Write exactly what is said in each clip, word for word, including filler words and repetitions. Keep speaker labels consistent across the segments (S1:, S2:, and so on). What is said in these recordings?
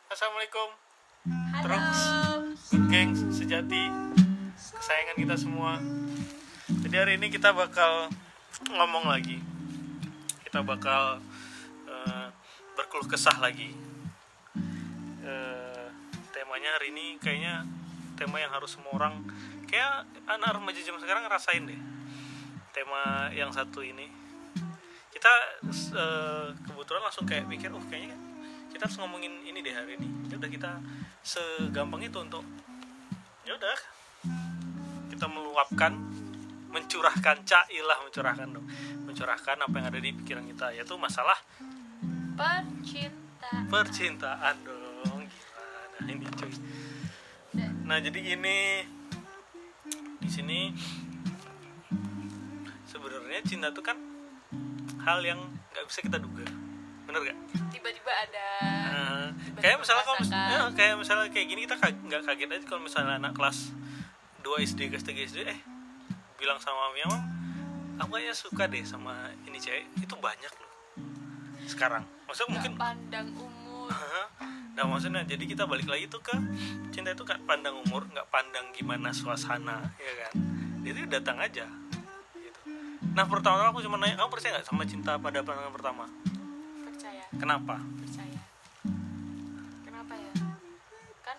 S1: Assalamualaikum.
S2: Halo.
S1: Terus good geng sejati, kesayangan kita semua. Jadi hari ini kita bakal ngomong lagi. Kita bakal uh, berkeluh kesah lagi. uh, Temanya hari ini kayaknya tema yang harus semua orang, kayak anak remaja zaman sekarang ngerasain deh. Tema yang satu ini kita uh, kebetulan langsung kayak mikir, oh kayaknya kita harus ngomongin ini deh hari ini. Ya udah, kita segampang itu untuk ya udah kita meluapkan, mencurahkan, cailah mencurahkan dong, mencurahkan apa yang ada di pikiran kita, yaitu masalah
S2: Percintaan.
S1: percintaan dong. Gimana ini cuy? Nah jadi gini, di sini sebenarnya cinta tuh kan hal yang nggak bisa kita duga, bener gak?
S2: Tiba-tiba ada.
S1: Nah,
S2: tiba-tiba
S1: kayak misalnya kalau
S2: merasakan.
S1: ya, kayak misalnya kayak gini kita nggak kaget aja kalau misalnya anak kelas dua S D, kelas tiga S D eh bilang sama mami, "Mam, aku kayaknya suka deh sama ini cewek." Itu banyak loh sekarang. Maksudnya
S2: Nggak
S1: mungkin
S2: pandang umur.
S1: nah maksudnya jadi kita balik lagi tuh ke cinta itu kan pandang umur, nggak pandang gimana suasana, ya kan? Itu datang aja gitu. Nah pertama-tama aku cuma nanya, kamu percaya nggak sama cinta pada pandangan pertama?
S2: Percaya.
S1: Kenapa?
S2: Percaya. Kenapa ya? Kan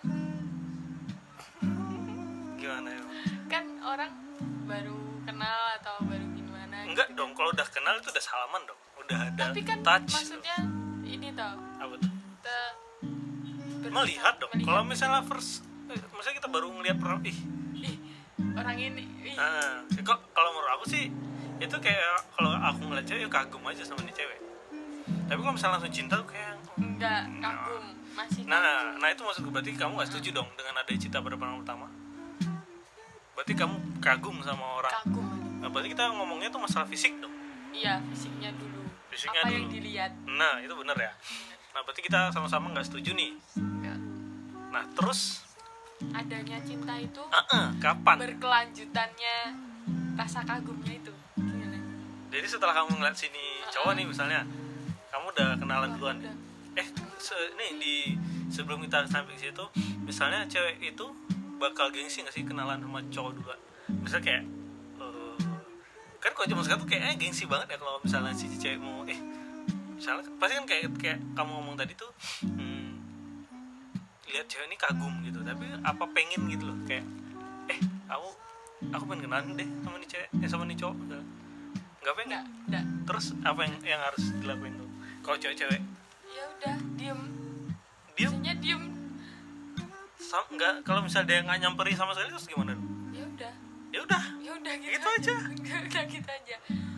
S1: Gimana ya?
S2: kan orang baru kenal atau baru gimana?
S1: Enggak
S2: gitu.
S1: dong, kalau udah kenal itu udah salaman dong, udah ada
S2: Tapi kan
S1: touch.
S2: maksudnya ini tau.
S1: Apa tuh?
S2: Kita ber-
S1: Melihat dong.
S2: melihat.
S1: Kalau misalnya first, eh, misalnya kita baru ngelihat per, ih,
S2: Ih, orang ini. Ih.
S1: nah, kok kalau menurut aku sih itu kayak kalau aku ngeliat cewek, ya kagum aja sama nih cewek. Tapi kalau misalnya langsung cinta tuh kayak,
S2: Enggak, kagum. Masih
S1: nah,
S2: kagum.
S1: nah itu maksudku, berarti kamu nggak setuju dong dengan ada cinta pada pandangan pertama. Berarti kamu kagum sama orang.
S2: Kagum.
S1: Nah, berarti kita ngomongnya tuh masalah fisik dong.
S2: Iya, fisiknya dulu.
S1: Fisiknya
S2: Apa
S1: dulu.
S2: yang dilihat?
S1: Nah itu benar ya. Nah berarti kita sama-sama nggak setuju nih.
S2: Enggak.
S1: Nah terus,
S2: Adanya cinta itu
S1: uh-uh, kapan?
S2: berkelanjutannya rasa kagumnya itu gimana?
S1: Jadi setelah kamu ngeliat sini cowok nih misalnya, kamu udah kenalan
S2: Oh,
S1: duluan.
S2: udah.
S1: Eh, se- nih di sebelum kita sampai ke situ, misalnya cewek itu bakal gengsi nggak sih kenalan sama cowok duluan? Misalnya kayak, eh, kan kalau zaman sekarang tuh kayaknya gengsi banget ya kalau misalnya si cewek mau, eh, misalnya pasti kan kayak kayak kamu ngomong tadi tuh, hmm, lihat cewek ini kagum gitu, tapi apa pengen gitu loh, kayak, eh, aku aku pengen kenalan deh sama nih cewek, eh sama nih cowok, misalnya. Nggak pengen?
S2: Enggak, enggak.
S1: Terus apa yang yang harus dilakuin tuh kalau cewek-cewek?
S2: Ya udah, diem.
S1: Diem?
S2: Biasanya diem.
S1: Sam, enggak, kalau misalnya dia nggak nyamperin sama sekali terus gimana?
S2: Ya udah.
S1: Ya udah.
S2: Ya udah gitu,
S1: Gitu aja.
S2: Ya udah gitu aja.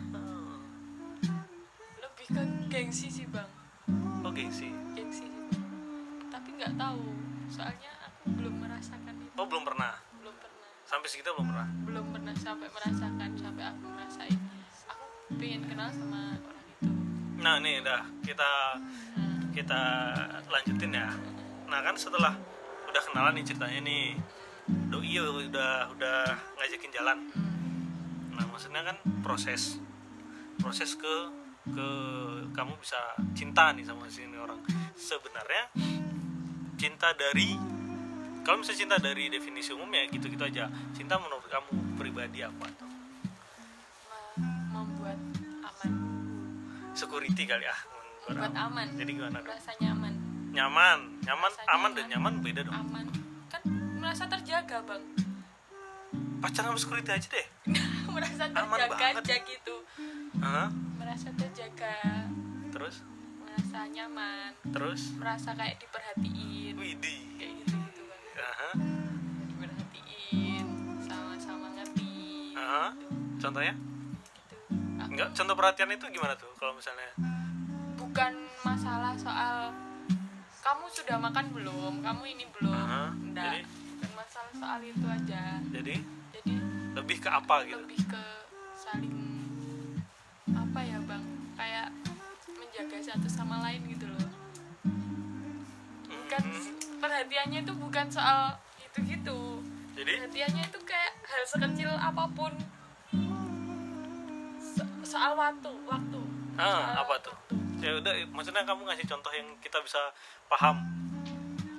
S2: Lebih ke gengsi sih, Bang.
S1: Oh gengsi.
S2: Gengsi sih, Bang. Tapi nggak tahu. Soalnya aku belum merasakan itu.
S1: Oh belum pernah.
S2: Belum pernah.
S1: Sampai segitu belum pernah.
S2: Belum pernah sampai merasakan, sampai aku ngerasain. Aku pengen kenal sama orang itu.
S1: Nah nih dah kita kita lanjutin ya. Nah kan setelah udah kenalan nih ceritanya nih, doi udah udah ngajakin jalan. Nah maksudnya kan proses proses ke ke kamu bisa cinta nih sama si ini orang. Sebenarnya cinta dari, kalau misalnya cinta dari definisi umum ya gitu-gitu aja. Cinta menurut kamu pribadi apa tuh?
S2: Ma- membuat aman.
S1: Security kali ah.
S2: Membuat aman.
S1: Jadi gimana dong?
S2: Merasa nyaman.
S1: Nyaman, nyaman,
S2: Merasa
S1: aman dan
S2: nyaman.
S1: nyaman beda dong.
S2: Aman. Kan merasa terjaga, Bang.
S1: Pacaran sama security aja deh.
S2: Merasa
S1: Aman
S2: terjaga
S1: banget.
S2: aja gitu.
S1: Hah?
S2: Merasa terjaga,
S1: Terus,
S2: merasa nyaman,
S1: terus,
S2: merasa kayak diperhatiin.
S1: widih.
S2: Kayak gitu-gitu, Bang.
S1: Aha,
S2: Diperhatiin, sama-sama ngerti.
S1: aha. Contohnya?
S2: Gitu. Aku
S1: Enggak, contoh perhatian itu gimana tuh kalau misalnya?
S2: bukan masalah soal kamu sudah makan belum, kamu ini belum.
S1: Aha,
S2: Enggak.
S1: jadi?
S2: Bukan masalah soal itu aja.
S1: Jadi
S2: Jadi
S1: lebih ke apa gitu?
S2: lebih ke saling apa ya, Bang, kayak menjaga satu sama lain gitu loh. Bukan
S1: Mhm.
S2: perhatiannya itu bukan soal gitu-gitu.
S1: Jadi,
S2: Perhatiannya itu kayak hal sekecil apapun. So- soal waktu, waktu.
S1: ah
S2: Soal
S1: apa tuh?
S2: waktu.
S1: Ya udah, maksudnya kamu ngasih contoh yang kita bisa paham.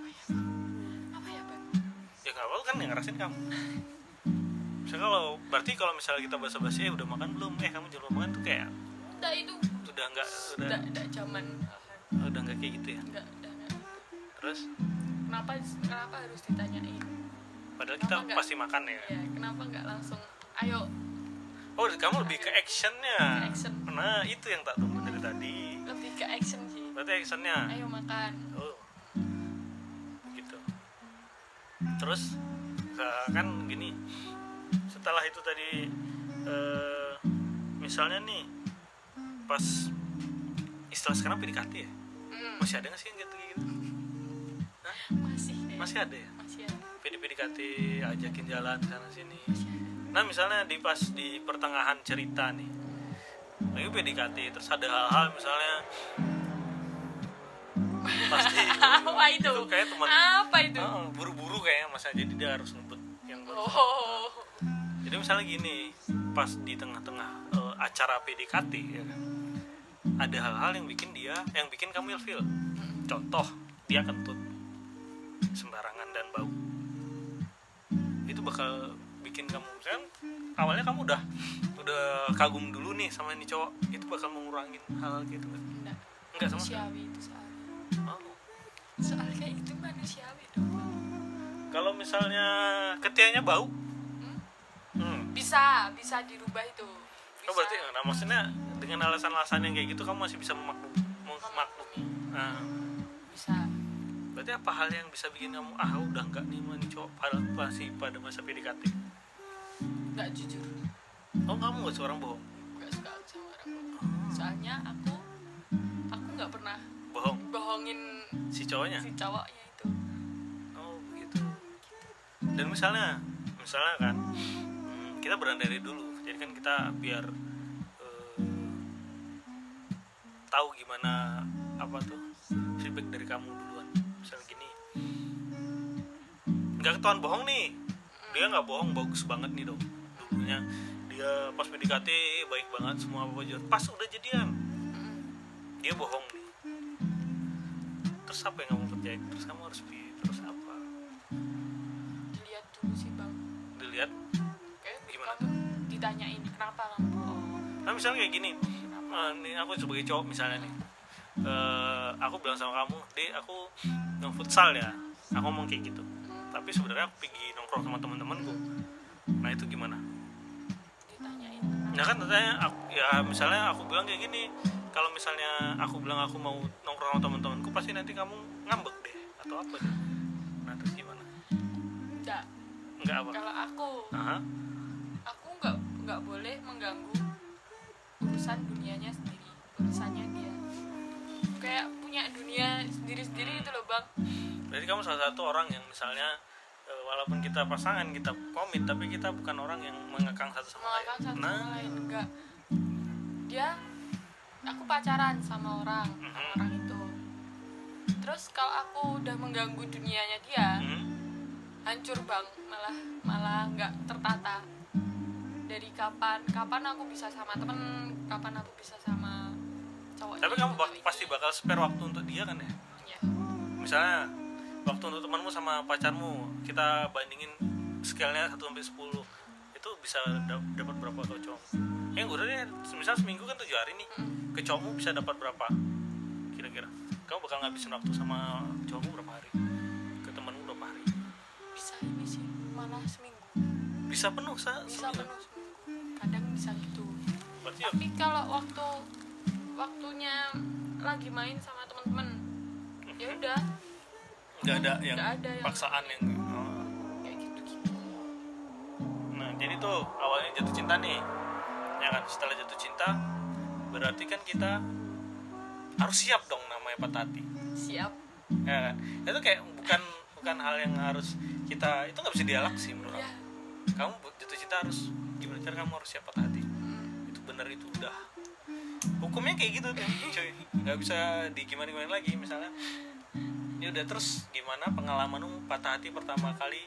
S1: kan yang ngerasain kamu. Misalnya kalau berarti kalau misalnya kita basa-basi, eh udah makan belum, eh kamu jangan lupa makan, tuh kayak
S2: Udah itu
S1: udah nggak udah
S2: udah udah zaman
S1: udah nggak kayak gitu ya.
S2: enggak udah enggak.
S1: Terus
S2: Kenapa kenapa harus ditanyain?
S1: padahal
S2: Kenapa
S1: kita
S2: nggak-
S1: pasti makan ya.
S2: Ya, kenapa nggak langsung ayo
S1: Oh kamu lebih ke actionnya.
S2: Ke action.
S1: Nah itu yang tak tunggu dari tadi.
S2: lebih ke action sih.
S1: Berarti actionnya.
S2: Ayo makan.
S1: Oh gitu. Terus uh, kan gini, setelah itu tadi uh, misalnya nih pas istilah sekarang P D K T ya,
S2: Hmm,
S1: masih ada nggak sih yang gitu gitu? Hah?
S2: masih deh.
S1: Masih ada ya?
S2: Masih ada.
S1: P D P D K T ajakin jalan sana sini.
S2: Masih ada.
S1: Nah misalnya di pas di pertengahan cerita nih, lagi P D K T terus ada hal-hal misalnya pasti
S2: Apa itu?
S1: itu kayak teman
S2: Apa itu?
S1: oh, buru-buru kayaknya masa jadi dia harus ngebut yang baru.
S2: Oh.
S1: Jadi misalnya gini, pas di tengah-tengah uh, acara P D K T ya kan, ada hal-hal yang bikin dia, yang bikin kamu ilfil. Contoh, dia kentut sembarangan dan bau. Itu bakal bikin kamu, misalkan awalnya kamu udah udah kagum dulu nih sama ini cowok, itu bakal mengurangin hal gitu kan?
S2: Enggak.
S1: Enggak sama sekali.
S2: Manusiawi itu soalnya.
S1: Oh.
S2: Soal kayak itu manusiawi dong.
S1: Kalau misalnya ketiaknya bau,
S2: Hmm?
S1: hmm.
S2: Bisa, bisa dirubah itu. Bisa.
S1: Oh berarti, nah maksudnya dengan alasan-alasan yang kayak gitu kamu masih bisa memaklum, memaklumi.
S2: Memaklumi.
S1: Nah,
S2: Bisa.
S1: berarti apa hal yang bisa bikin kamu ah udah enggak nih sama nih cowok padahal masih pada masa P D K T?
S2: Enggak jujur.
S1: Oh kamu nggak seorang bohong?
S2: Enggak suka sama orang bohong. Soalnya aku aku nggak pernah
S1: Bohong
S2: bohongin
S1: si cowoknya?
S2: si cowoknya itu.
S1: Oh begitu. Dan misalnya, misalnya kan hmm, kita berandai dari dulu, jadi kan kita biar eh, tahu gimana apa tuh feedback dari kamu duluan. Misalnya gini, nggak ketahuan bohong nih, dia nggak bohong, bagus banget nih dong. Dulunya dia pas P D K T baik banget semua apa aja, pas udah jadian
S2: Mm.
S1: dia bohong nih. Terus apa yang kamu kerjain? Terus kamu harus pi- terus apa?
S2: Dilihat dulu sih bang.
S1: Dilihat.
S2: Kayak
S1: Gimana
S2: kamu ditanyain kenapa kamu bohong.
S1: Nah misalnya kayak gini, uh, nih aku sebagai cowok misalnya nih, uh, aku bilang sama kamu, deh aku nong futsal ya, aku ngomong kayak gitu. Tapi sebenarnya aku pergi nongkrong sama teman-temanku. Nah itu gimana?
S2: Ditanyain
S1: Nah kan katanya, aku, ya misalnya aku bilang kayak gini, kalau misalnya aku bilang aku mau nongkrong sama teman-temanku, pasti nanti kamu ngambek deh atau apa deh. Nah terus gimana?
S2: enggak.
S1: Enggak apa?
S2: Kalau aku
S1: Aha.
S2: aku nggak nggak boleh mengganggu urusan dunianya sendiri, urusannya dia. Kayak punya dunia sendiri-sendiri itu loh bang.
S1: Berarti kamu salah satu orang yang misalnya eh, walaupun kita pasangan, kita komit, tapi kita bukan orang yang mengekang satu sama lain.
S2: Melakukan satu
S1: Nah,
S2: sama lain enggak. Dia aku pacaran sama orang, sama
S1: Mhm.
S2: orang itu. Terus kalau aku udah mengganggu dunianya dia,
S1: hmm,
S2: hancur bang, malah malah nggak tertata. Dari kapan kapan aku bisa sama temen, kapan aku bisa sama cowok.
S1: tapi kamu bak- pasti bakal spare waktu untuk dia kan ya?
S2: Ya.
S1: Misalnya waktu untuk temanmu sama pacarmu, kita bandingin scale-nya satu sampai sepuluh, itu bisa da- dapat berapa ke cowok? Ya gue udah deh, misal seminggu kan tujuh hari nih,
S2: Mm.
S1: ke cowokmu bisa dapat berapa? Kira-kira kamu bakal ngabisin waktu sama cowokmu berapa hari? Ke temanmu berapa hari?
S2: Bisa ini sih, malah seminggu.
S1: Bisa penuh sa
S2: Bisa
S1: seminggu?
S2: penuh seminggu. Kadang bisa gitu.
S1: Berarti ya,
S2: Tapi kalau waktu waktunya lagi main sama teman-teman, ya udah
S1: nggak ada yang
S2: nggak ada yang
S1: paksaan yang oh.
S2: kayak gitu-gitu.
S1: Nah jadi tuh awalnya jatuh cinta nih, ya kan, setelah jatuh cinta berarti kan kita harus siap dong namanya patah hati,
S2: Siap.
S1: ya kan. Itu kayak bukan bukan hal yang harus kita, itu nggak bisa dialog sih menurut
S2: Ya.
S1: aku. Kamu bu- jatuh cinta harus gimana cara kamu harus siap patah hati,
S2: Hmm.
S1: itu bener, itu udah hukumnya kayak gitu tuh cuy, nggak bisa di gimana gimana lagi. Misalnya ya udah, terus gimana pengalamanmu patah hati pertama kali,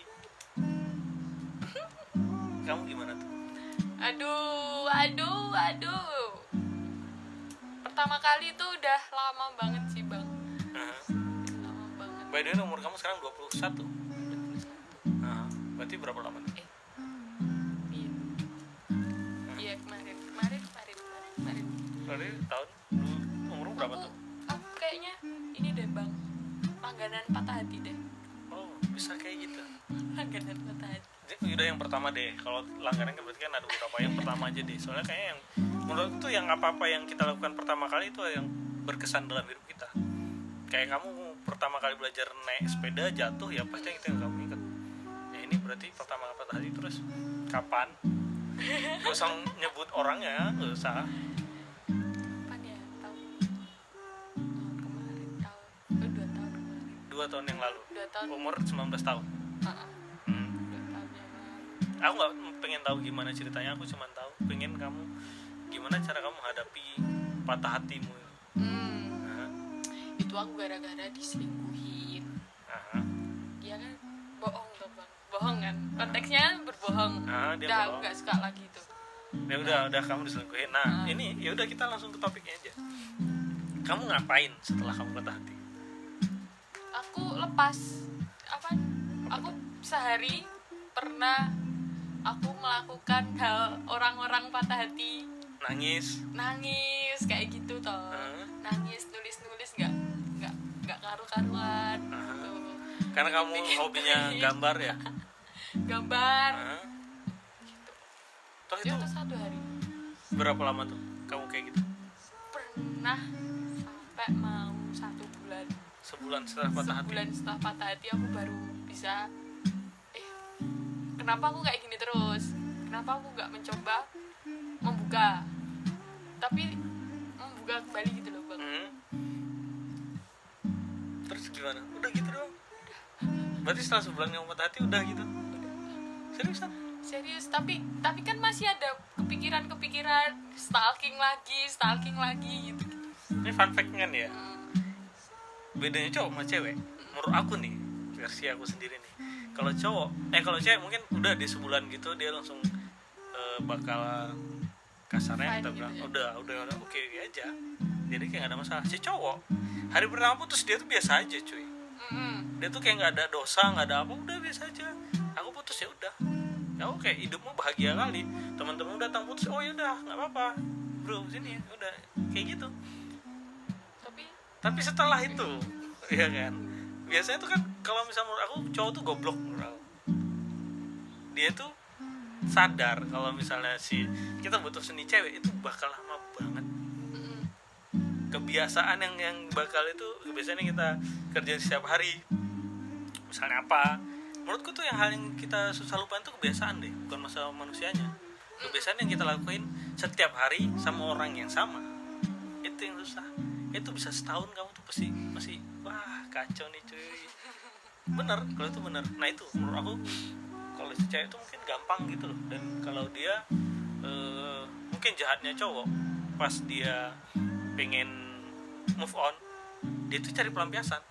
S1: kamu gimana tuh?
S2: Aduh, aduh, aduh. Pertama kali itu udah lama banget sih bang.
S1: Aha.
S2: Lama banget.
S1: By the way umur kamu sekarang dua puluh satu. Nah, berarti berarti berapa lama tuh?
S2: eh iya iya kemarin kemarin kemarin kemarin kemarin
S1: Berarti tahun umur berapa
S2: aku
S1: tuh?
S2: aku kayaknya ini deh bang, langganan patah hati deh.
S1: Oh bisa kayak gitu.
S2: Langganan patah hati.
S1: Jadi, udah yang pertama deh. Kalau langganan kan berarti kan ada beberapa. Yang pertama aja deh. Soalnya kayaknya yang menurut tuh yang apa-apa yang kita lakukan pertama kali itu yang berkesan dalam hidup kita. Kayak kamu pertama kali belajar naik sepeda jatuh ya pasti itu yang kamu ingat. Ya ini berarti pertama kali patah hati. Terus kapan? Gak usah nyebut orangnya, gak usah.
S2: Kapan ya, tahun tahun kemarin, tahun oh, dua tahun kemarin,
S1: Dua tahun yang lalu.
S2: dua tahun
S1: Umur sembilan belas tahun.
S2: uh-uh.
S1: Hmm.
S2: dua tahun yang lalu.
S1: Aku nggak pengen tahu gimana ceritanya, aku cuma tahu pengen kamu gimana cara kamu menghadapi patah hatimu.
S2: hmm.
S1: Nah,
S2: Itu aku gara-gara diselingkuhin.
S1: aha.
S2: Dia kan bohong tuh bang, bohong kan, konteksnya kan berbohong.
S1: Ah, dia
S2: Udah aku
S1: bohong.
S2: nggak suka lagi tuh.
S1: Ya udah, udah kamu diselingkuhin. Nah,
S2: Ah.
S1: ini ya udah kita langsung ke topiknya aja. Kamu ngapain setelah kamu patah hati?
S2: Aku lepas apa? Aku sehari pernah aku melakukan hal orang-orang patah hati,
S1: Nangis.
S2: nangis kayak gitu toh,
S1: Ah.
S2: nangis nulis-nulis nggak nggak nggak karu-karuan
S1: Ah.
S2: gitu.
S1: Karena kamu
S2: Bikin-
S1: hobinya gambar ya.
S2: gambar
S1: Ah. Terus
S2: itu
S1: itu
S2: satu hari
S1: berapa lama tuh kamu kayak gitu?
S2: pernah sampai mau satu bulan.
S1: Sebulan setelah patah hati.
S2: Sebulan setelah patah hati aku baru bisa eh kenapa aku kayak gini terus, kenapa aku nggak mencoba membuka tapi membuka kembali gitu loh bang.
S1: Hmm. Terus gimana? Udah gitu doang. Berarti setelah sebulan kamu patah hati udah gitu. Seriusan?
S2: Serius, tapi tapi kan masih ada kepikiran-kepikiran stalking lagi stalking lagi gitu.
S1: Ini fun fact kan ya.
S2: Hmm.
S1: Bedanya cowok sama cewek menurut aku nih, versi aku sendiri nih, kalau cowok eh kalau cewek mungkin udah di sebulan gitu dia langsung eh, bakal kasarnya
S2: Fine
S1: kita
S2: gitu
S1: bilang
S2: ya.
S1: udah udah udah oke aja, jadi kayak gak ada masalah. Si cowok hari pertama putus dia tuh biasa aja cuy,
S2: Mm-mm.
S1: dia tuh kayak nggak ada dosa nggak ada apa, udah biasa aja. Aku putus ya udah, aku kayak hidupmu bahagia kali, teman-teman datang putus, oh ya udah nggak apa-apa bro sini ya udah kayak gitu.
S2: Tapi
S1: Tapi setelah itu, ya kan, biasanya tuh kan kalau misalnya menurut aku cowok tuh goblok menurut aku. Dia tuh sadar kalau misalnya si kita butuh seni cewek itu bakal lama banget.
S2: mm-mm.
S1: Kebiasaan yang yang bakal itu kebiasaan yang kita kerjain setiap hari. Misalnya apa? Menurutku tuh yang hal yang kita susah lupain tuh kebiasaan deh, bukan masalah manusianya. Kebiasaan yang kita lakuin setiap hari sama orang yang sama. Itu yang susah. Itu bisa setahun kamu tuh pasti masih wah kacau nih cuy. Bener, kalau itu bener. Nah itu menurut aku kalau si cewek itu mungkin gampang gitu loh. Dan kalau dia eh, mungkin jahatnya cowok pas dia pengen move on, dia tuh cari pelampiasan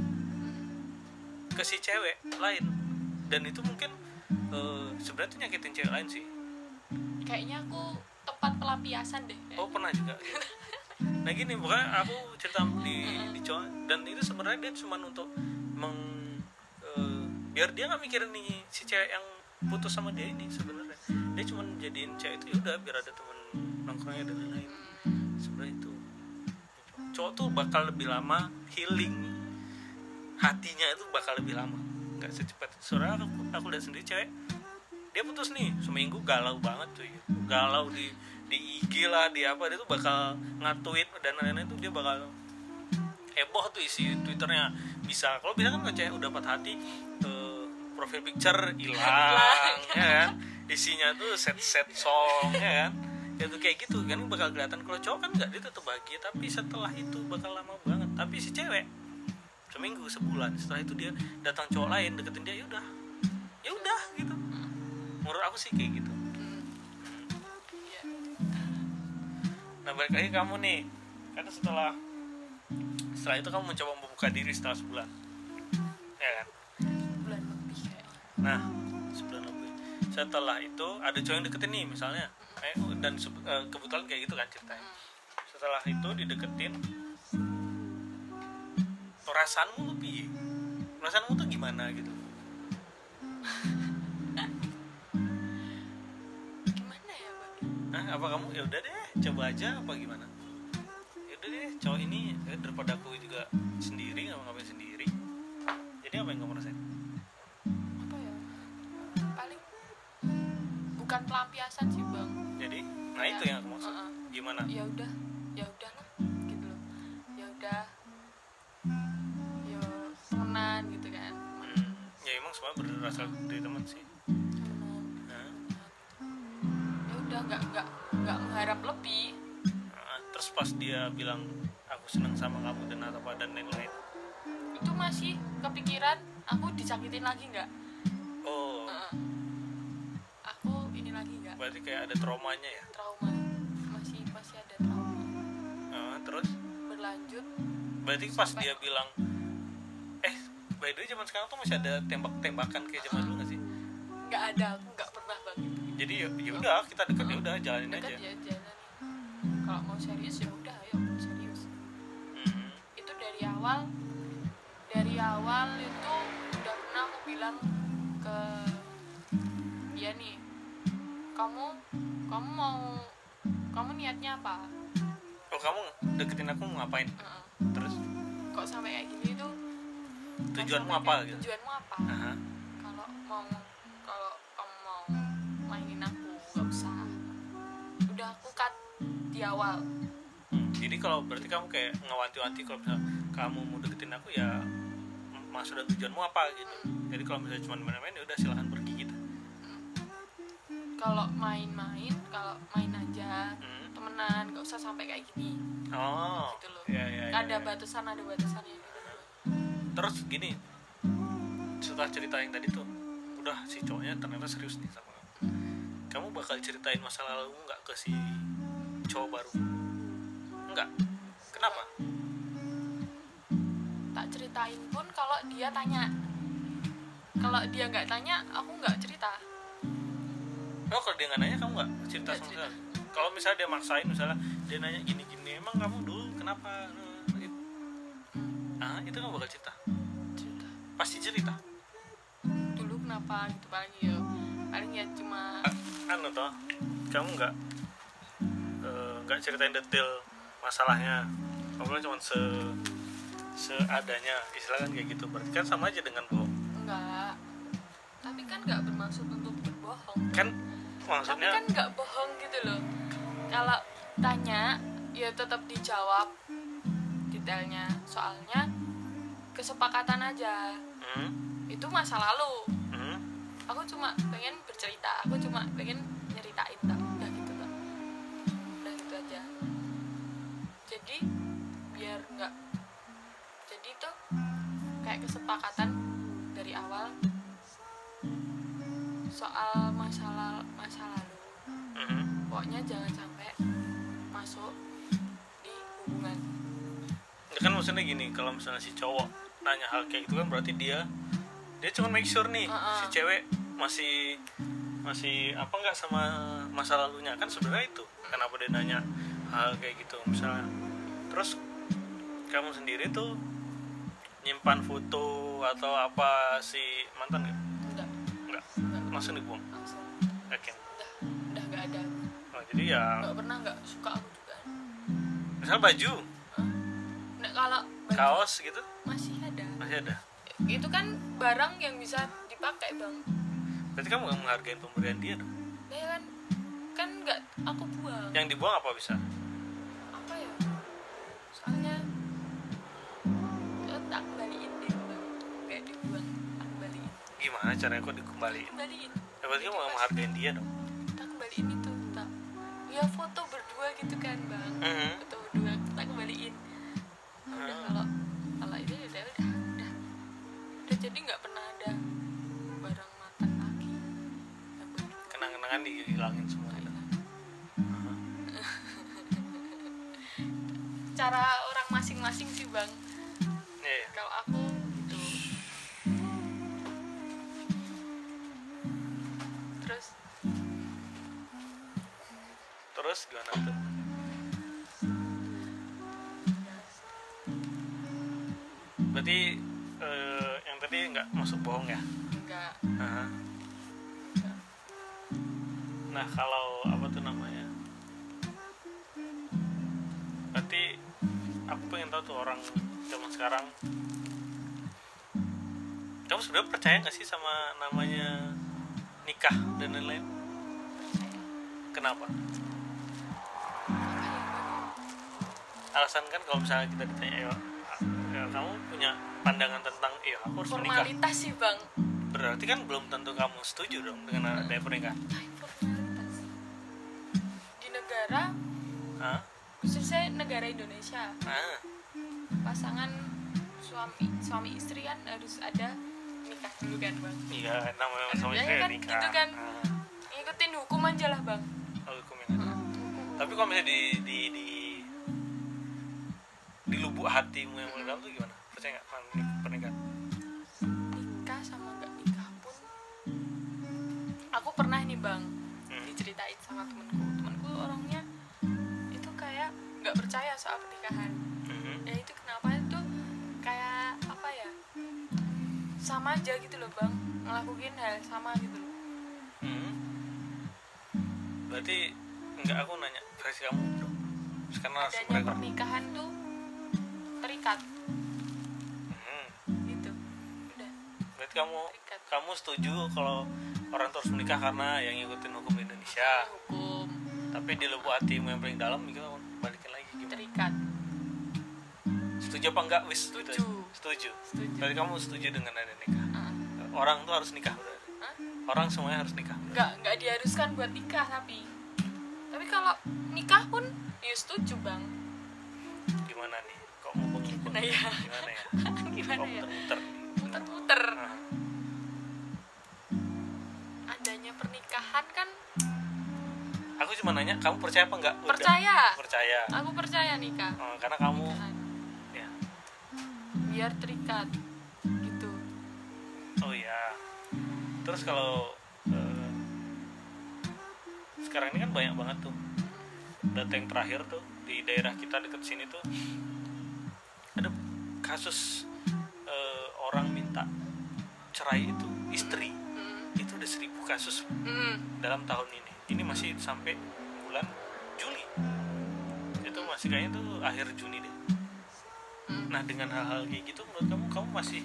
S1: ke si cewek lain. Dan itu mungkin eh, sebenarnya tuh nyakitin cewek lain sih.
S2: Kayaknya aku tempat pelampiasan deh.
S1: Oh pernah juga gitu. Nah gini, bukan aku cerita di di cowok, dan itu sebenarnya dia cuma untuk meng eh, biar dia nggak mikirin nih si cewek yang putus sama dia ini. Sebenarnya dia cuma jadiin cewek itu udah biar ada temen nongkrongnya dan lain-lain. Sebenarnya itu cowok tuh bakal lebih lama healing, hatinya itu bakal lebih lama, nggak secepat. Soalnya aku aku lihat sendiri cewek dia putus nih seminggu galau banget tuh, galau di di I G lah, di apa, dia tuh bakal nge-tweet dan lain-lain, itu dia bakal heboh tuh isi Twitternya. Bisa kalau bisa kan kalau cewek udah patah hati eh, profil picture hilang ya kan, isinya tuh set-set song ya kan, ya tuh kayak gitu kan bakal kelihatan. Kalau cowok kan nggak, dia tetap bahagia tapi setelah itu bakal lama banget. Tapi si cewek seminggu sebulan setelah itu dia datang cowok lain deketin dia, ya udah ya udah gitu. Menurut aku sih kayak gitu.
S2: Iya.
S1: Nah balik lagi kamu nih, karena setelah setelah itu kamu mencoba membuka diri setelah sebulan, ya kan?
S2: Bulan lebih kayaknya.
S1: Nah sebulan lebih setelah itu ada cowok yang deketin nih misalnya, eh, dan se- eh, kebetulan kayak gitu kan ceritanya. Setelah itu dideketin, perasaanmu lebih, perasaanmu tuh gimana gitu? apa kamu ya udah deh coba aja apa gimana? Ya udah deh cowok ini eh, daripada aku juga sendiri nggak ngapain sendiri. Jadi apa yang kamu rasain?
S2: Apa ya, paling bukan pelampiasan sih bang.
S1: Jadi nah
S2: Ya,
S1: itu yang aku maksud.
S2: uh-uh.
S1: Gimana?
S2: Ya udah, ya udahlah gitu loh. Ya udah, ya temenan gitu kan.
S1: Hmm, ya emang semua berasal dari teman sih.
S2: Temenan.
S1: Nah,
S2: Ya udah, nggak nggak nggak mengharap lebih.
S1: nah, terus pas dia bilang aku seneng sama kamu dan apa dan lain-lain.
S2: Itu masih kepikiran aku disakitin lagi nggak?
S1: Oh,
S2: Uh-uh. Aku ini lagi nggak?
S1: berarti kayak ada traumanya ya.
S2: Trauma, masih masih ada trauma.
S1: Nah, terus
S2: Berlanjut.
S1: berarti pas
S2: Sampai-
S1: dia bilang eh by the way zaman sekarang tuh masih ada tembak-tembakan kayak zaman dulu nggak sih?
S2: Nggak ada, aku nggak pernah banget.
S1: Jadi ya ya udah kita deket ya udah jalanin
S2: Dekat
S1: aja.
S2: ya jalan. Kalau mau serius ya udah, ayo serius.
S1: Hmm.
S2: Itu dari awal, dari awal itu udah pernah aku bilang ke dia nih, kamu kamu mau kamu niatnya apa?
S1: Oh kamu deketin aku mau ngapain?
S2: Uh-uh.
S1: Terus
S2: Kok sampai kayak gini tuh?
S1: tujuanmu
S2: Sampai
S1: apa
S2: kayak,
S1: gitu?
S2: Tujuanmu apa?
S1: Aha.
S2: Kalau mau kalau kamu mau mainin aku nggak usah. Udah aku cut di awal.
S1: Hmm, jadi kalau berarti kamu kayak ngewanti-wanti kalau misalnya kamu mau deketin aku ya m- maksud dan tujuanmu apa gitu. Jadi kalau misalnya cuma main-main ya udah silahkan pergi gitu.
S2: Kalau main-main, kalau main aja,
S1: Hmm.
S2: temenan, nggak usah sampai kayak gini.
S1: Oh.
S2: Gitu loh.
S1: Ya, ya, ya,
S2: Ada
S1: ya.
S2: batasan, ada batasannya gitu.
S1: Terus gini, setelah cerita yang tadi tuh, udah si cowoknya ternyata serius nih sama kamu. Kamu bakal ceritain masa lalu nggak ke si cowok baru? Enggak. Kenapa?
S2: Tak ceritain pun kalau dia tanya. Kalau dia nggak tanya, aku nggak cerita.
S1: Oh kalau dia nggak nanya kamu nggak cerita
S2: Nggak
S1: sama
S2: cerita.
S1: sekali? Kalau misalnya dia maksain, misalnya dia nanya gini-gini, emang kamu dulu kenapa? Nah, gitu. Ah itu kamu bakal cerita?
S2: Cerita.
S1: Pasti cerita.
S2: Dulu kenapa gitu paling ya, paling ya cuma
S1: Anu toh, kamu nggak eh, nggak ceritain detail masalahnya, kamu cuma se seadanya, istilahnya kayak gitu. Berarti kan sama aja dengan bohong.
S2: enggak. Tapi kan nggak bermaksud untuk berbohong.
S1: Kan
S2: Tapi
S1: maksudnya
S2: kan nggak bohong gitu loh. Kalau tanya ya tetap dijawab detailnya. Soalnya kesepakatan aja.
S1: hmm,
S2: Itu masa lalu.
S1: hmm,
S2: Aku cuma pengen bercerita. Aku cuma pengen nyeritain tak. Udah gitu tak. Udah gitu aja. Jadi biar nggak. Jadi tuh kayak kesepakatan dari awal soal masalah masa lalu.
S1: hmm.
S2: Pokoknya jangan sampai masuk di hubungan.
S1: Ya kan maksudnya gini, kalau misalnya si cowok nanya hal kayak gitu kan berarti dia dia cuma make sure nih
S2: Uh-uh.
S1: si cewek masih masih apa nggak sama masa lalunya, kan sebenarnya itu kenapa dia nanya hal kayak gitu misalnya. Terus kamu sendiri tuh nyimpan foto atau apa si mantan nggak?
S2: Enggak,
S1: Nggak,
S2: enggak
S1: langsung dibuang.
S2: langsung.
S1: Yakin?
S2: Udah, udah nggak ada.
S1: Oh, jadi ya
S2: Nggak pernah, nggak suka aku juga.
S1: misal baju,
S2: Hah? Nah, kalau baju
S1: kaos gitu
S2: masih ada.
S1: masih ada.
S2: Itu kan barang yang bisa dipakai bang.
S1: Berarti kamu nggak menghargai pemberian dia dong.
S2: Nah, ya kan, kan nggak aku buang.
S1: Yang dibuang apa bisa?
S2: Apa ya? Soalnya eh, tak kembaliin deh bang. Kayak dibuang, tak kembaliin.
S1: Gimana caranya kok dikembaliin?
S2: Kembaliin.
S1: Ya, berarti kamu nggak menghargai dia dong.
S2: Tak kembaliin itu tak. Ya foto berdua gitu kan bang.
S1: Mhm.
S2: Foto berdua tak kembaliin. Nah, udah
S1: Hmm.
S2: kalau kalau itu ya udah udah udah udah jadi nggak pernah ada barang mantan lagi. Yang berdua
S1: Kenang-kenangan dihilangin semua.
S2: nggak
S1: gitu.
S2: hilang.
S1: Mhm.
S2: Cara orang masing-masing sih bang.
S1: Iya, iya.
S2: Kalau aku gitu. Terus
S1: Terus gimana tuh? Berarti eh, yang tadi nggak masuk bohong ya?
S2: enggak.
S1: Aha. Nah kalau apa tuh namanya? tuh orang zaman sekarang. Kamu sebenarnya percaya nggak sih sama namanya nikah dan lain-lain? Kenapa? Alasan kan kalau misalnya kita ditanya, ya, ya kamu punya pandangan tentang, iya aku harus menikah.
S2: Formalitas sih bang.
S1: Berarti kan belum tentu kamu setuju dong dengan adanya pernikahan.
S2: Formalitas di negara,
S1: Hah?
S2: khususnya negara Indonesia,
S1: Ah,
S2: pasangan suami suami istri kan harus ada nikah dulu kan bang.
S1: iya namanya sama
S2: Ya,
S1: istri
S2: kan
S1: nikah.
S2: gitu kan.
S1: Ah,
S2: Ngikutin hukum aja lah bang.
S1: oh, hukum yang ada. Tapi kalau misalnya di di di di lubuk hatimu yang dalam tuh gimana? Percaya nggak sama pernikahan?
S2: Nikah sama nggak nikah pun, aku pernah nih bang
S1: Hmm.
S2: diceritain sama temanku. Temanku orangnya itu kayak nggak percaya soal pernikahan.
S1: Mhm.
S2: Ya itu kenapa itu kayak apa ya? Sama aja gitu loh bang, ngelakuin hal sama gitu loh.
S1: Hmm. Berarti enggak, aku nanya versi kamu bro. Sekarang harus
S2: Adanya
S1: mereka.
S2: pernikahan tuh terikat
S1: Hmm.
S2: gitu. Udah
S1: Berarti kamu
S2: terikat.
S1: kamu setuju kalau orang tuh harus menikah karena yang ngikutin hukum Indonesia.
S2: Hukum
S1: Tapi di lubuk hatimu yang paling dalam gitu balikin lagi gimana?
S2: terikat.
S1: Setuju apa enggak wis?
S2: Setuju.
S1: Gitu. Setuju.
S2: Setuju.
S1: Berarti kamu setuju dengan ada nikah.
S2: Ah.
S1: Orang tuh harus nikah berarti.
S2: Hah?
S1: Orang semuanya harus nikah.
S2: nggak nggak diharuskan buat nikah, tapi tapi kalau nikah pun ya setuju bang.
S1: Gimana nih? Kok mau begini?
S2: Gimana ya?
S1: Gimana ya?
S2: Gimana
S1: Kok
S2: ya?
S1: muter-muter?
S2: Muter-muter.
S1: Nah,
S2: Adanya pernikahan kan,
S1: aku cuma nanya, kamu percaya apa enggak? Udah.
S2: percaya.
S1: Percaya.
S2: Aku percaya nikah.
S1: Oh, karena kamu
S2: Nikahan.
S1: ya.
S2: Biar terikat gitu.
S1: Oh iya. Terus kalau eh, sekarang ini kan banyak banget tuh data yang terakhir tuh di daerah kita deket sini tuh ada kasus eh, orang minta cerai itu istri
S2: Mm.
S1: itu udah seribu kasus
S2: Mm.
S1: dalam tahun ini. Ini masih sampai bulan Juli. Itu masih kayaknya tuh akhir Juni deh.
S2: Mm.
S1: Nah dengan hal-hal kayak gitu menurut kamu kamu masih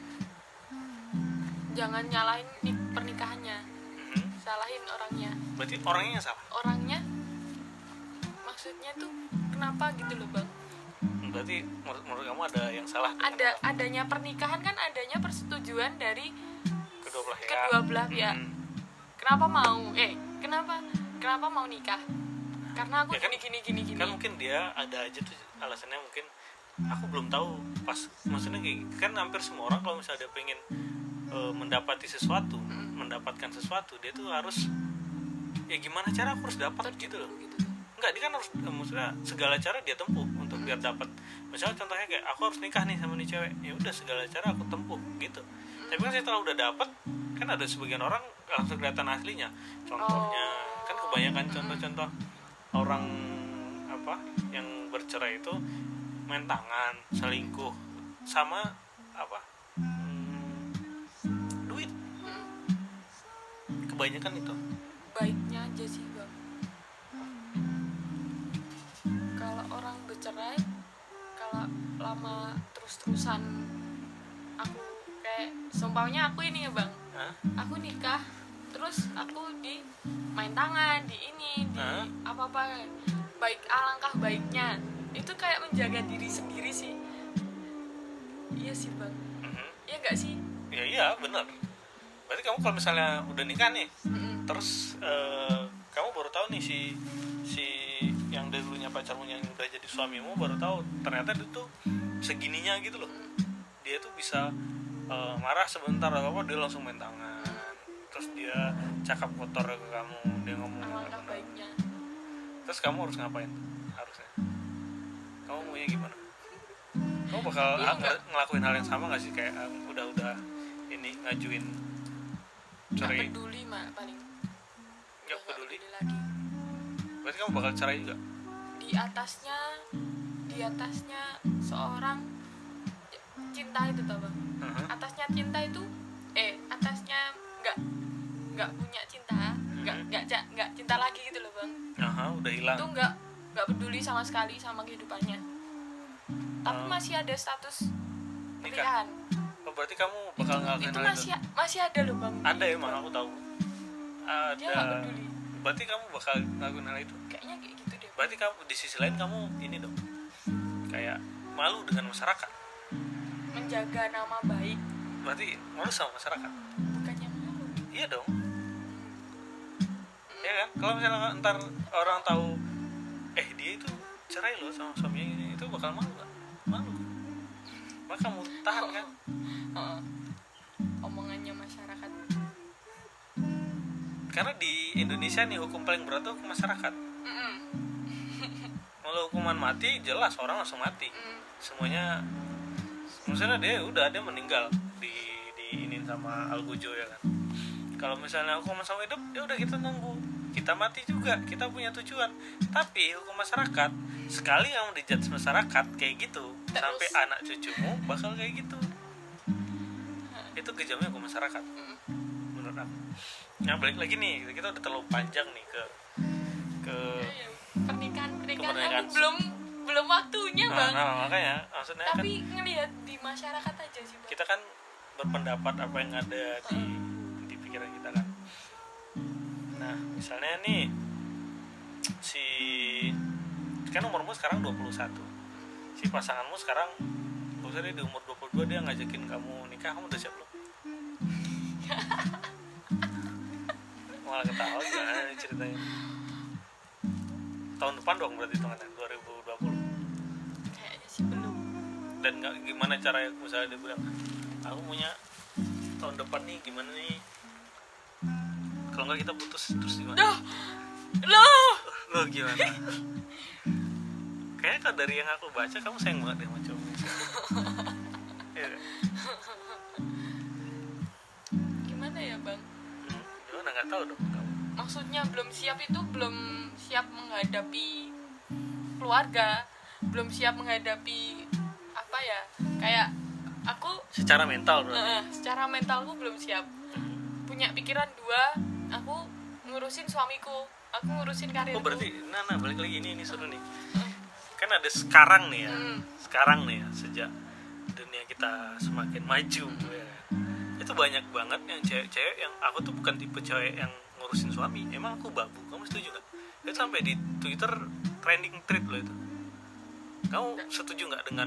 S2: Jangan nyalahin nik- pernikahannya,
S1: Mhm.
S2: salahin orangnya.
S1: berarti orangnya yang salah.
S2: Orangnya maksudnya tuh kenapa gitu loh bang?
S1: Berarti menurut, menurut kamu ada yang salah dengan
S2: Ada adanya pernikahan kan adanya persetujuan dari
S1: kedua belah pihak.
S2: kedua belah pihak.
S1: Hmm.
S2: Kenapa mau? Eh, kenapa? Kenapa mau nikah? Karena aku
S1: Ya kan-
S2: gini gini gini gini.
S1: Kan mungkin dia ada aja tuh alasannya, mungkin aku belum tahu pas, maksudnya kayak kan hampir semua orang kalau misalnya dia pengen e, mendapati sesuatu,
S2: Mm.
S1: mendapatkan sesuatu, dia tuh harus ya gimana cara aku harus dapat gitu loh.
S2: gitu.
S1: Enggak, dia kan harus eh, maksudnya segala cara dia tempuh untuk biar dapat. Misalnya contohnya kayak aku harus nikah nih sama nih cewek, ya udah segala cara aku tempuh gitu. Tapi kan setelah udah dapat, kan ada sebagian orang langsung kelihatan aslinya. Contohnya
S2: Oh.
S1: kan kebanyakan contoh-contoh orang apa yang bercerai itu main tangan, selingkuh, sama apa hmm, duit.
S2: Mm.
S1: Kebanyakan itu.
S2: Baiknya aja sih bang. Kalau orang bercerai, kalau lama terus-terusan, aku kayak seumpamanya aku ini ya bang,
S1: Hah?
S2: aku nikah terus aku di main tangan, di ini, di
S1: Hah?
S2: apa-apa, baik alangkah baiknya itu kayak menjaga diri sendiri sih. Iya sih bang,
S1: Mhm.
S2: iya nggak sih?
S1: Ya iya benar. Berarti kamu kalau misalnya udah nikah nih,
S2: Mm-mm.
S1: terus eh, kamu baru tahu nih si si yang dulunya pacarmu yang udah jadi suamimu baru tahu ternyata dia tuh segininya gitu loh. Dia tuh bisa eh, marah sebentar atau apa dia langsung main tangan. Terus dia cakap kotor ke kamu, dia ngomong
S2: Alangkah
S1: apa-apa.
S2: baiknya.
S1: Terus kamu harus ngapain? Harusnya. Kamu maunya gimana? Kamu bakal
S2: Iya,
S1: ah,
S2: enggak.
S1: ngelakuin hal yang sama gak sih kayak ah, udah-udah ini ngajuin
S2: Nggak
S1: cerai?
S2: peduli mah paling.
S1: Nggak
S2: Udah
S1: peduli.
S2: lagi.
S1: Berarti kamu bakal cerai juga?
S2: Di atasnya, di atasnya seorang cinta itu tau bang.
S1: Uh-huh.
S2: Atasnya cinta itu, eh atasnya nggak nggak punya cinta, nggak
S1: Mhm.
S2: nggak ca- nggak cinta lagi gitu loh bang.
S1: Aha, udah hilang.
S2: Itu nggak nggak peduli sama sekali sama kehidupannya. tapi
S1: Oh.
S2: masih ada status
S1: Nikah.
S2: pernikahan.
S1: Oh, berarti kamu bakal ngelakuin
S2: Itu
S1: hal
S2: masih masih ada loh bang.
S1: Ada emang, aku tahu. Ada.
S2: Dia nggak peduli.
S1: Berarti kamu bakal ngelakuin hal itu.
S2: Kayaknya kayak gitu deh.
S1: Berarti kamu di sisi lain kamu ini dong, kayak malu dengan masyarakat.
S2: Menjaga nama baik,
S1: Berarti malu sama masyarakat.
S2: bukannya malu.
S1: Iya dong. Ya kan? Kalau misalnya ntar orang tahu, eh dia itu cerai loh sama suaminya ini, itu bakal malu kan? Malu. Maka kamu tahan kan?
S2: Heeh. Omongannya masyarakat.
S1: Karena di Indonesia nih hukum paling berat tuh hukum masyarakat.
S2: Mm-mm.
S1: Kalau hukuman mati jelas orang langsung mati.
S2: Mm.
S1: Semuanya, misalnya dia udah ada meninggal di di ini sama Algojo ya kan. Kalau misalnya hukuman sama hidup, ya udah kita nunggu, kita mati juga, kita punya tujuan. Tapi hukum masyarakat, sekali kamu dijudge masyarakat kayak gitu,
S2: Terus.
S1: sampai anak cucumu bakal kayak gitu. Itu kejamnya hukum masyarakat,
S2: Mm.
S1: menurut aku. Nah balik lagi nih, kita udah terlalu panjang nih ke ke
S2: Pernikahan pernikahan
S1: Kemerdekaan.
S2: aku belum belum waktunya
S1: nah,
S2: bang.
S1: nah makanya maksudnya kan
S2: Tapi ngelihat di masyarakat aja sih bang.
S1: kita kan berpendapat apa yang ada di di pikiran kita kan. Nah misalnya nih si kan umurmu sekarang dua puluh satu, si pasanganmu sekarang misalnya di umur dua puluh dua dia ngajakin kamu nikah, kamu udah siap belum? Malah ketawa gimana nih ceritanya? Tahun depan dong berarti hitungannya dua ribu dua puluh.
S2: Kayaknya sih belum.
S1: Dan nggak gimana caranya misalnya dia bilang aku punya tahun depan nih gimana nih, kalau nggak kita putus terus gimana?
S2: Duh, loh.
S1: Lo gimana? Kayaknya kalau dari yang aku baca kamu sayang banget deh sama cowoknya. Iya kan?
S2: Gimana ya bang?
S1: Hmm, gimana nggak tahu dong kamu.
S2: Maksudnya belum siap itu belum siap menghadapi keluarga, belum siap menghadapi apa ya? Kayak aku
S1: Secara mental berarti.
S2: eh, secara mentalku belum siap. Punya pikiran dua, aku ngurusin suamiku, aku ngurusin karirku.
S1: Oh berarti, nah, nah balik lagi ini ini seru nih. Kan ada sekarang nih ya,
S2: Hmm.
S1: sekarang nih ya sejak dunia kita semakin maju, ya. Itu banyak banget yang cewek-cewek yang aku tuh bukan tipe cewek yang ngurusin suami. Emang aku babu, kamu setuju nggak? Itu sampai di Twitter trending tweet loh itu. Kamu setuju nggak dengan?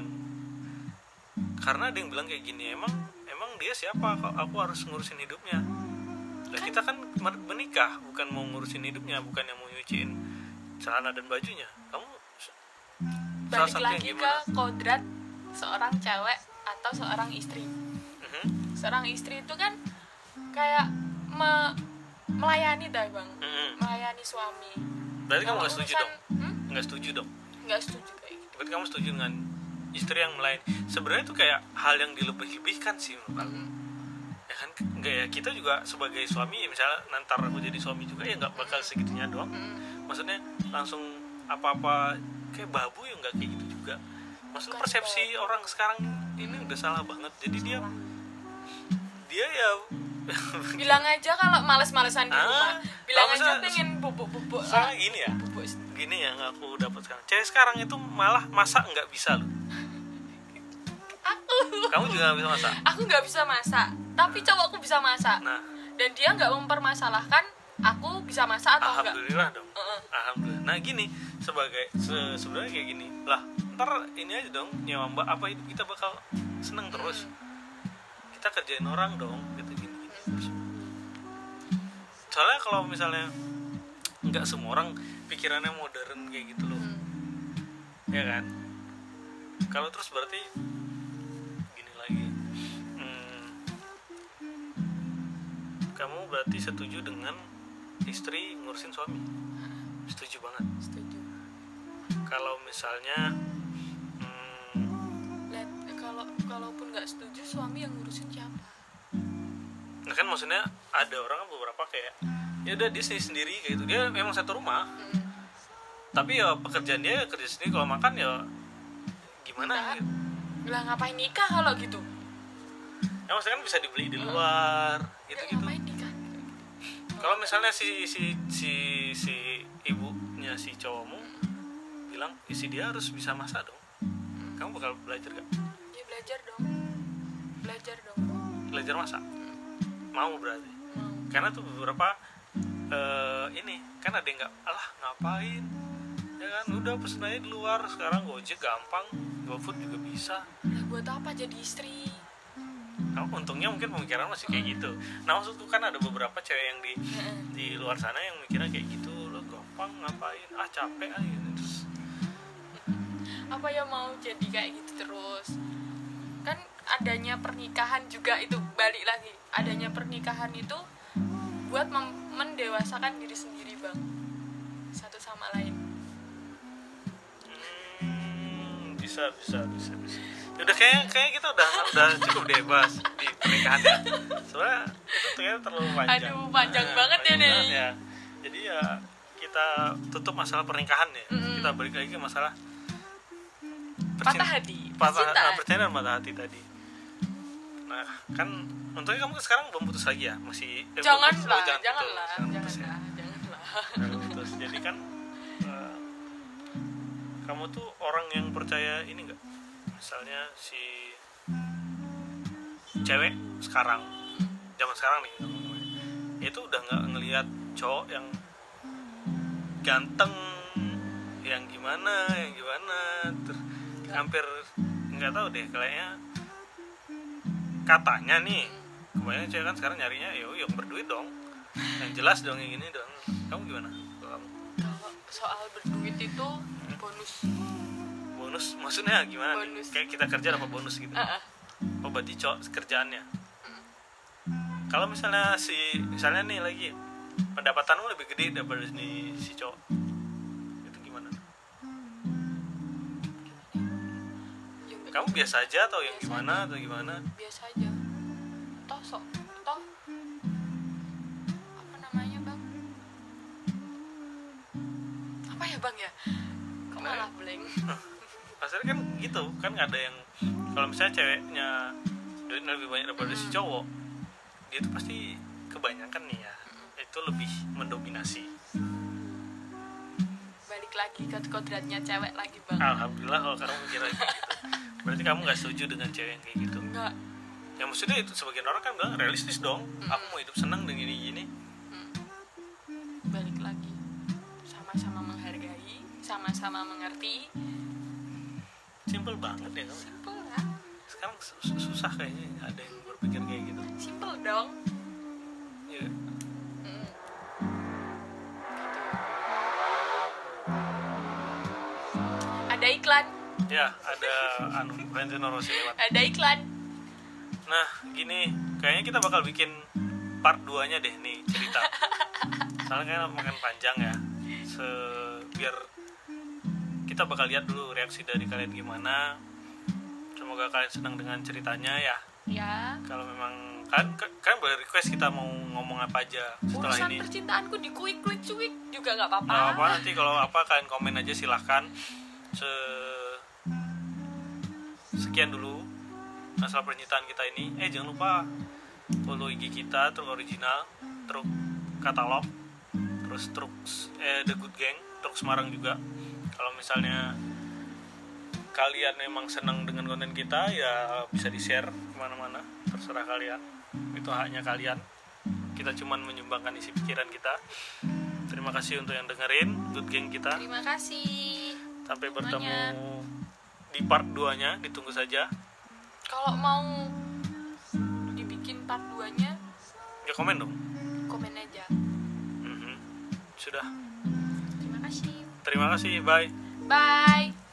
S1: Karena ada yang bilang kayak gini, emang emang dia siapa? Kok aku harus ngurusin hidupnya? Nah, kita kan menikah bukan mau ngurusin hidupnya, bukan yang mau nyuciin celana dan bajunya. Kamu salah
S2: Balik
S1: satu yang
S2: lagi ke
S1: gimana?
S2: kodrat seorang cewek atau seorang istri.
S1: Mhm,
S2: Seorang istri itu kan kayak me- melayani dah bang,
S1: mhm.
S2: melayani suami.
S1: Berarti kamu
S2: Kalau
S1: nggak setuju
S2: urusan-
S1: dong?
S2: Hmm?
S1: Nggak setuju dong?
S2: Nggak setuju kayak gitu.
S1: Berarti kamu setuju dengan istri yang melayani? Sebenarnya itu kayak hal yang dilebih-lebihkan sih menurut aku.
S2: Mm.
S1: Ya kan, nggak ya, kita juga sebagai suami, misalnya nanti aku jadi suami juga ya nggak bakal segitunya doang.
S2: Mm.
S1: Maksudnya langsung apa-apa kayak babu ya nggak kayak gitu juga. Maksudnya
S2: Bukan
S1: persepsi
S2: babu.
S1: orang sekarang ini udah salah banget. Jadi dia
S2: Salah.
S1: dia ya
S2: Bilang aja kalau males-malesan di
S1: Ah,
S2: rumah, bilang
S1: kalau
S2: aja
S1: misalnya-
S2: pengen bubuk-bubuk.
S1: soalnya gini ya,
S2: Bubuk.
S1: gini yang aku dapat sekarang. Cewek sekarang itu malah masak nggak bisa loh.
S2: Aku,
S1: Kamu juga nggak bisa masak.
S2: aku nggak bisa masak, tapi cowokku bisa masak.
S1: Nah,
S2: Dan dia nggak mempermasalahkan aku bisa masak atau enggak.
S1: alhamdulillah dong.
S2: Heeh.
S1: Alhamdulillah. Nah gini, sebagai se- sebenarnya kayak gini lah. Ntar ini aja dong nyewa mbak apa hidup kita bakal seneng terus. Kita kerjain orang dong, gitu gini. gini. Terus. Soalnya kalau misalnya nggak semua orang pikirannya modern kayak gitu loh,
S2: Hmm.
S1: ya kan? Kalau terus berarti gini lagi. Hmm, kamu berarti setuju dengan istri ngurusin suami? Setuju banget.
S2: Setuju.
S1: Kalau misalnya hmm,
S2: Lihat, kalau kalaupun nggak setuju, suami yang ngurusin siapa?
S1: nah kan maksudnya ada orang kan beberapa kayak ya udah dia sendiri sendiri kayak gitu, dia memang satu rumah
S2: Hmm.
S1: tapi ya pekerjaan dia kerja sendiri, kalau makan ya gimana
S2: Nah.
S1: gitu.
S2: Lah ngapain nikah kalau gitu?
S1: Ya maksudnya kan bisa dibeli di luar gitu
S2: Ya,
S1: gitu.
S2: ngapain nikah?
S1: Kalau misalnya si si si si ibunya si cowokmu bilang isi dia harus bisa masak dong,
S2: Hmm.
S1: kamu bakal belajar gak?
S2: Ya belajar dong, belajar dong.
S1: Belajar masak? Mau berarti?
S2: Mau.
S1: Karena tuh beberapa uh, ini kan ada yang nggak, alah ngapain, ya kan udah pesen aja di luar, sekarang Gojek gampang, GoFood juga bisa.
S2: Nah, buat apa jadi istri?
S1: Nah, untungnya mungkin pemikiran masih kayak gitu. Nah maksudku kan ada beberapa cewek yang di di luar sana yang mikirnya kayak gitu, lo gampang ngapain, ah capek ah gitu. Terus
S2: Apa ya mau jadi kayak gitu terus? Kan adanya pernikahan juga itu, balik lagi, adanya pernikahan itu buat mem- mendewasakan diri sendiri bang, satu sama lain.
S1: hmm, bisa bisa bisa bisa. Udah kayak kayak kita udah udah cukup deh bahas di pernikahan ya. Soalnya itu ternyata terlalu panjang.
S2: Aduh, panjang banget ya,
S1: panjang
S2: nih.
S1: banget ya. Jadi ya kita tutup masalah pernikahan ya.
S2: Mm-mm.
S1: Kita balik lagi ke masalah
S2: Patah
S1: percin-
S2: hati,
S1: patah
S2: percintaan.
S1: nah, percintaan dan patah hati tadi. Nah kan untungnya kamu sekarang belum putus lagi ya, masih eh, belum
S2: Janganlah,
S1: putus. Oh, jangan
S2: janganlah,
S1: putus, jangan putus ya.
S2: janganlah, janganlah.
S1: Jangan putus. Jadi kan eh, kamu tuh orang yang percaya ini enggak? Misalnya si cewek sekarang, zaman sekarang nih ngomongnya, itu udah nggak ngelihat cowok yang ganteng, yang gimana, yang gimana, terus hampir nggak tahu deh kayaknya, katanya nih kebanyakan cewek kan sekarang nyarinya yo yang berduit dong, yang jelas dong, yang gini dong. Kamu gimana? Kalau kamu
S2: Kalau soal berduit itu bonus.
S1: bonus maksudnya gimana nih?
S2: Bonus.
S1: Kayak kita kerja dapat bonus gitu.
S2: Uh-uh.
S1: Oh berarti cowok kerjaannya. Kalau misalnya si misalnya nih lagi pendapatanmu lebih gede daripada si, si cowok, itu gimana?
S2: Ya, enggak
S1: Kamu
S2: juga.
S1: biasa aja atau yang
S2: Biasa
S1: gimana
S2: aja.
S1: atau gimana?
S2: Biasa aja. Toh sok, toh apa namanya bang? Apa ya bang ya? Kok malah blank?
S1: Maksudnya kan gitu kan, nggak ada yang, kalau misalnya ceweknya duitnya lebih banyak daripada si cowok, dia itu pasti kebanyakan nih ya itu lebih mendominasi.
S2: Balik lagi ke kodratnya cewek lagi bang.
S1: Alhamdulillah kalau kamu mikir kayak gitu. Berarti kamu nggak setuju dengan cewek yang kayak gitu?
S2: Enggak.
S1: Ya maksudnya itu sebagian orang kan bilang realistis dong. Aku mau hidup senang dengan gini-gini.
S2: Balik lagi, sama-sama menghargai, sama-sama mengerti.
S1: Simple banget ya kamu.
S2: Simple lah.
S1: Sekarang sus- susah kayaknya ada yang berpikir kayak gitu.
S2: Simple dong.
S1: Ya.
S2: Mm. Ada iklan,
S1: Ya, ada anu Valentino Rossi lewat.
S2: ada iklan.
S1: Nah, gini, kayaknya kita bakal bikin part dua-nya deh nih cerita. Soalnya kan makan panjang ya. Se biar kita bakal lihat dulu reaksi dari kalian gimana. Semoga kalian senang dengan ceritanya ya.
S2: Ya.
S1: Kalau memang kan kalian boleh request kita mau ngomong apa aja setelah
S2: Urusan
S1: ini.
S2: percintaanku di kuik kuik cuik juga nggak apa-apa.
S1: Nah, apa nanti kalau apa kalian komen aja silahkan. Se sekian dulu masalah percintaan kita ini. Eh jangan lupa follow I G kita Truk Original, Truk Katalog, terus Truk eh The Good Gang, Truk Semarang juga. Kalau misalnya kalian memang senang dengan konten kita ya bisa di share kemana-mana, terserah kalian, itu haknya kalian. Kita cuman menyumbangkan isi pikiran kita. Terima kasih untuk yang dengerin Good Gang kita.
S2: Terima kasih.
S1: Sampai
S2: semuanya.
S1: bertemu di part dua-nya, ditunggu saja.
S2: Kalau mau dibikin part dua-nya,
S1: Ya komen dong.
S2: komen aja.
S1: Mhm. Sudah.
S2: Terima kasih.
S1: Terima kasih. Bye.
S2: Bye.